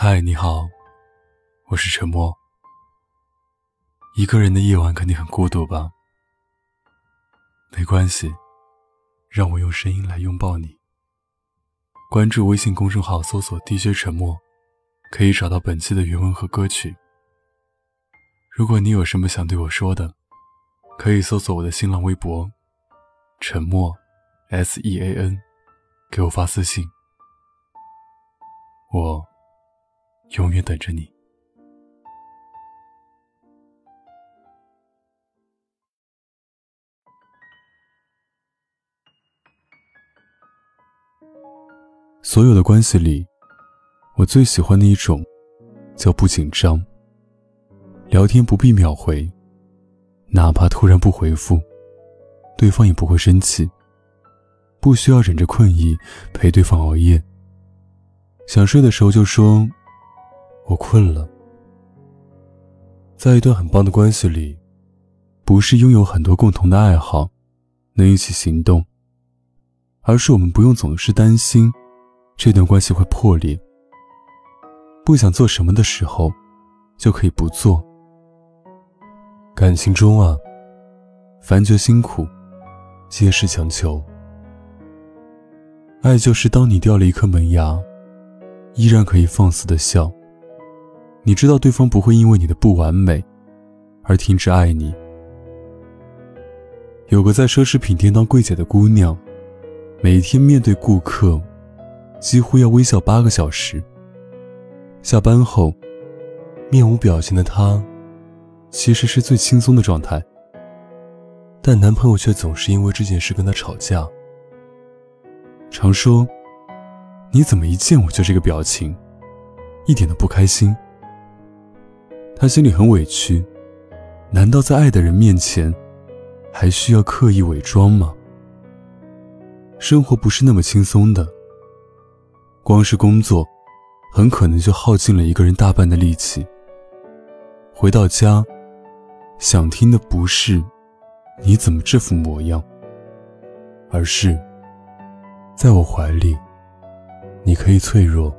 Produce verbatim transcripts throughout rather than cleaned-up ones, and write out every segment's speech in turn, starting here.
嗨，你好，我是沉默。一个人的夜晚肯定很孤独吧？没关系，让我用声音来拥抱你。关注微信公众号搜索 D J 沉默，可以找到本期的原文和歌曲。如果你有什么想对我说的，可以搜索我的新浪微博沉默 S E A N 给我发私信，我永远等着你。所有的关系里，我最喜欢的一种叫不紧张。聊天不必秒回，哪怕突然不回复，对方也不会生气。不需要忍着困意陪对方熬夜，想睡的时候就说我困了。在一段很棒的关系里，不是拥有很多共同的爱好能一起行动，而是我们不用总是担心这段关系会破裂。不想做什么的时候就可以不做。感情中啊，凡觉辛苦皆是强求。爱就是当你掉了一颗门牙，依然可以放肆地笑。你知道对方不会因为你的不完美而停止爱你。有个在奢侈品店当柜姐的姑娘，每天面对顾客几乎要微笑八个小时。下班后面无表情的她其实是最轻松的状态，但男朋友却总是因为这件事跟她吵架，常说你怎么一见我就这个表情，一点都不开心。她心里很委屈，难道在爱的人面前还需要刻意伪装吗？生活不是那么轻松的，光是工作很可能就耗尽了一个人大半的力气。回到家，想听的不是你怎么这副模样，而是在我怀里你可以脆弱。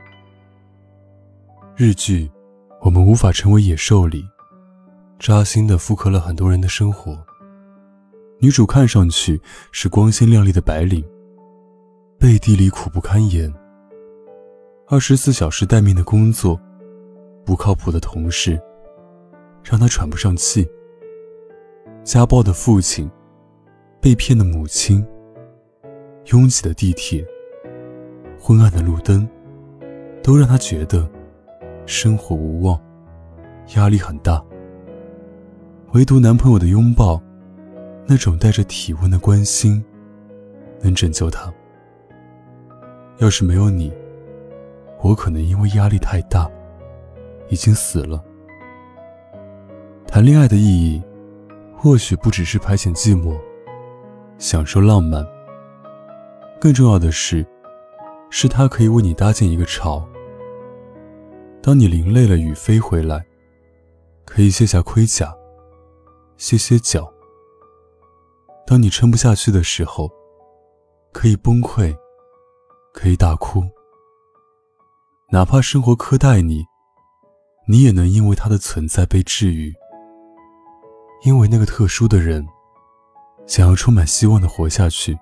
日剧《我们无法成为野兽》里扎心地复刻了很多人的生活。女主看上去是光鲜亮丽的白领，背地里苦不堪言。二十四小时待命的工作，不靠谱的同事让她喘不上气，家暴的父亲，被骗的母亲，拥挤的地铁，昏暗的路灯，都让她觉得生活无望，压力很大。唯独男朋友的拥抱，那种带着体温的关心，能拯救她。要是没有你，我可能因为压力太大已经死了。谈恋爱的意义或许不只是排遣寂寞，享受浪漫，更重要的是是它可以为你搭建一个巢。当你淋累了雨飞回来，可以卸下盔甲歇歇脚。当你撑不下去的时候，可以崩溃，可以大哭。哪怕生活苛待你，你也能因为它的存在被治愈。因为那个特殊的人想要充满希望地活下去。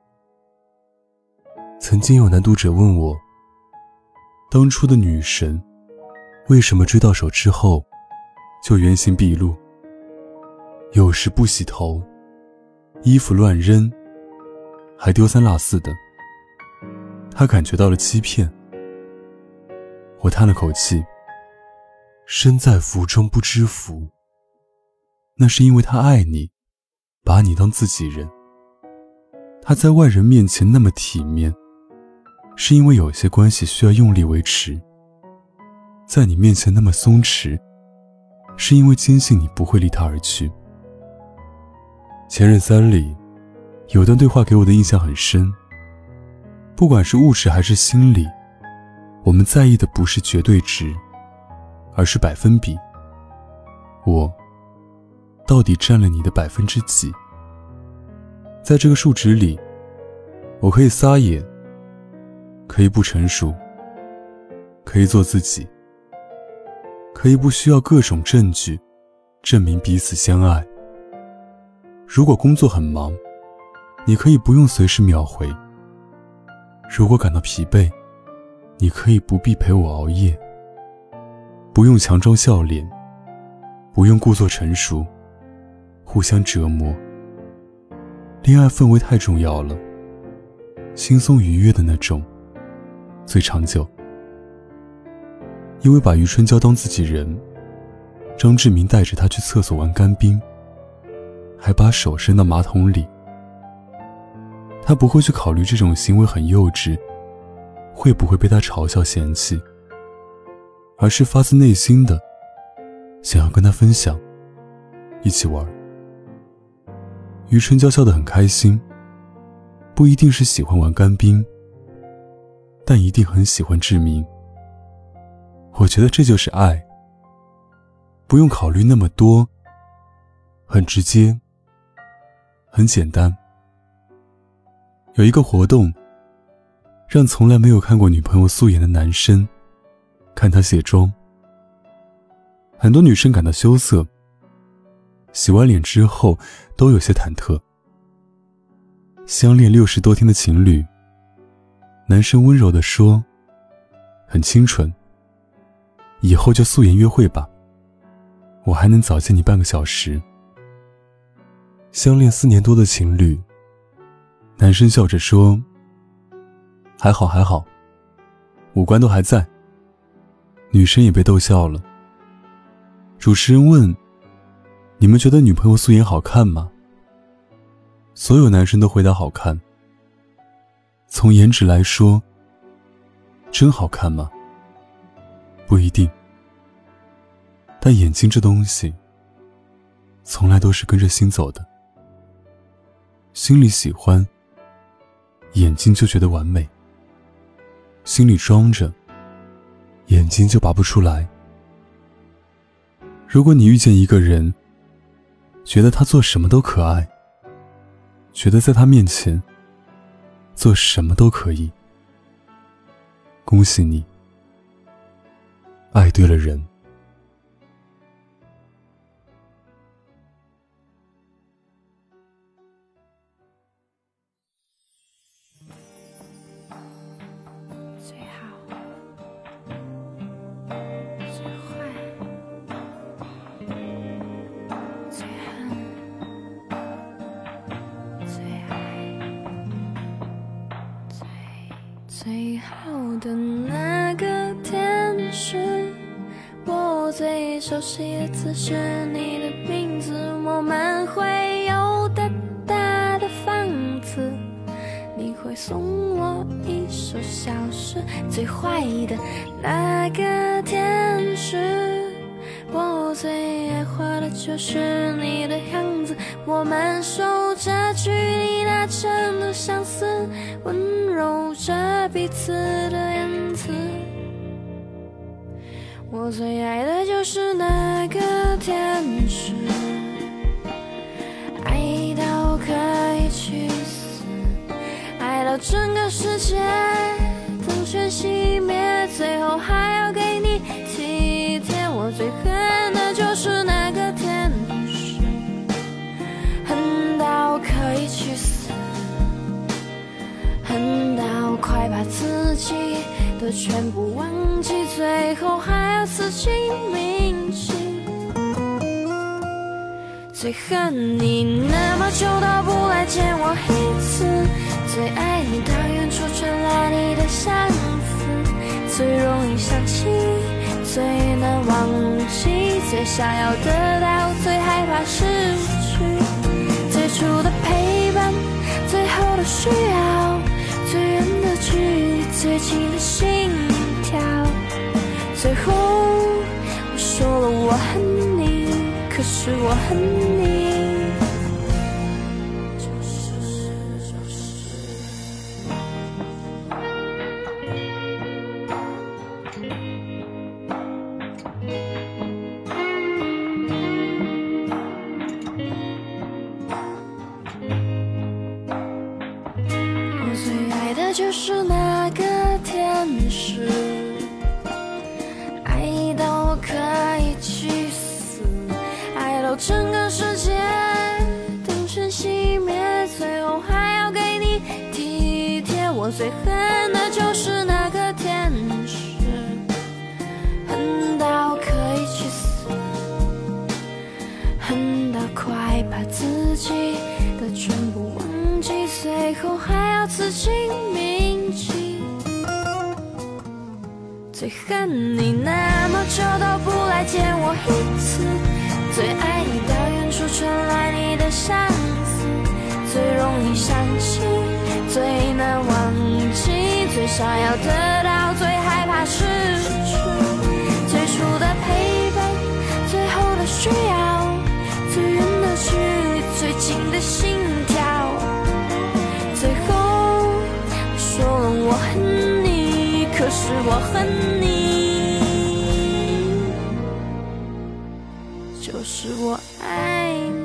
曾经有男读者问我，当初的女神为什么追到手之后就原形毕露，有时不洗头，衣服乱扔，还丢三落四的。他感觉到了欺骗。我叹了口气，身在福中不知福，那是因为他爱你，把你当自己人。他在外人面前那么体面，是因为有些关系需要用力维持。在你面前那么松弛，是因为坚信你不会离他而去。前任三里有段对话给我的印象很深，不管是物质还是心理，我们在意的不是绝对值，而是百分比。我到底占了你的百分之几？在这个数值里，我可以撒野，可以不成熟， 可以做自己，可以不需要各种证据证明彼此相爱。如果工作很忙，你可以不用随时秒回；如果感到疲惫，你可以不必陪我熬夜。不用强装笑脸，不用故作成熟，互相折磨。恋爱氛围太重要了，轻松愉悦的那种最长久。因为把余春娇当自己人，张志明带着她去厕所玩干冰，还把手伸到马桶里。他不会去考虑这种行为很幼稚，会不会被他嘲笑嫌弃，而是发自内心的想要跟他分享，一起玩。余春娇笑得很开心，不一定是喜欢玩干冰，但一定很喜欢志明。我觉得这就是爱，不用考虑那么多，很直接，很简单。有一个活动，让从来没有看过女朋友素颜的男生看她卸妆。很多女生感到羞涩，洗完脸之后都有些忐忑。相恋六十多天的情侣，男生温柔地说：“很清纯，以后就素颜约会吧，我还能早见你半个小时。”相恋四年多的情侣，男生笑着说：“还好还好，五官都还在。”女生也被逗笑了。主持人问：“你们觉得女朋友素颜好看吗？”所有男生都回答好看。从颜值来说，真好看吗？不一定。但眼睛这东西，从来都是跟着心走的。心里喜欢，眼睛就觉得完美；心里装着，眼睛就拔不出来。如果你遇见一个人，觉得他做什么都可爱，觉得在他面前做什么都可以，恭喜你，爱对了人。 最好的那个天使，我最熟悉的字是你的名字。我们会有大大的房子，你会送我一首小诗。最坏的那个天使，我最爱画的就是你的样子。我们守着距离那程度相似，温柔着彼此的言辞。我最爱的就是那个天使，爱到可以去死，爱到整个世界灯全熄灭，最后还要给你体贴。我最恨的就是那个天使，恨到可以去死，恨到快把自己的全部忘记，最后还要刺青铭记。最恨你那么久都不来见我一次，最爱你到远处传来你的相思，最容易想起，最难忘记，最想要得到，最害怕失去。最初的陪伴，最后的需要，最远的距离，最近的心跳。最后我说了我恨你，可是我恨你。我最爱的就是那个天使， 整个世界灯全熄灭，最后还要给你体贴。我最恨的就是那个天使，恨到可以去死，恨到快把自己的全部忘记，最后还要自尽铭记。最恨你那么久都不来见我一次，最爱你到远处传来你的相思，最容易想起，最难忘记，最想要得到，最害怕失去。最初的陪伴，最后的需要，最远的距离，最近的心跳，最后说了我恨你，可是我恨你，就是我爱你。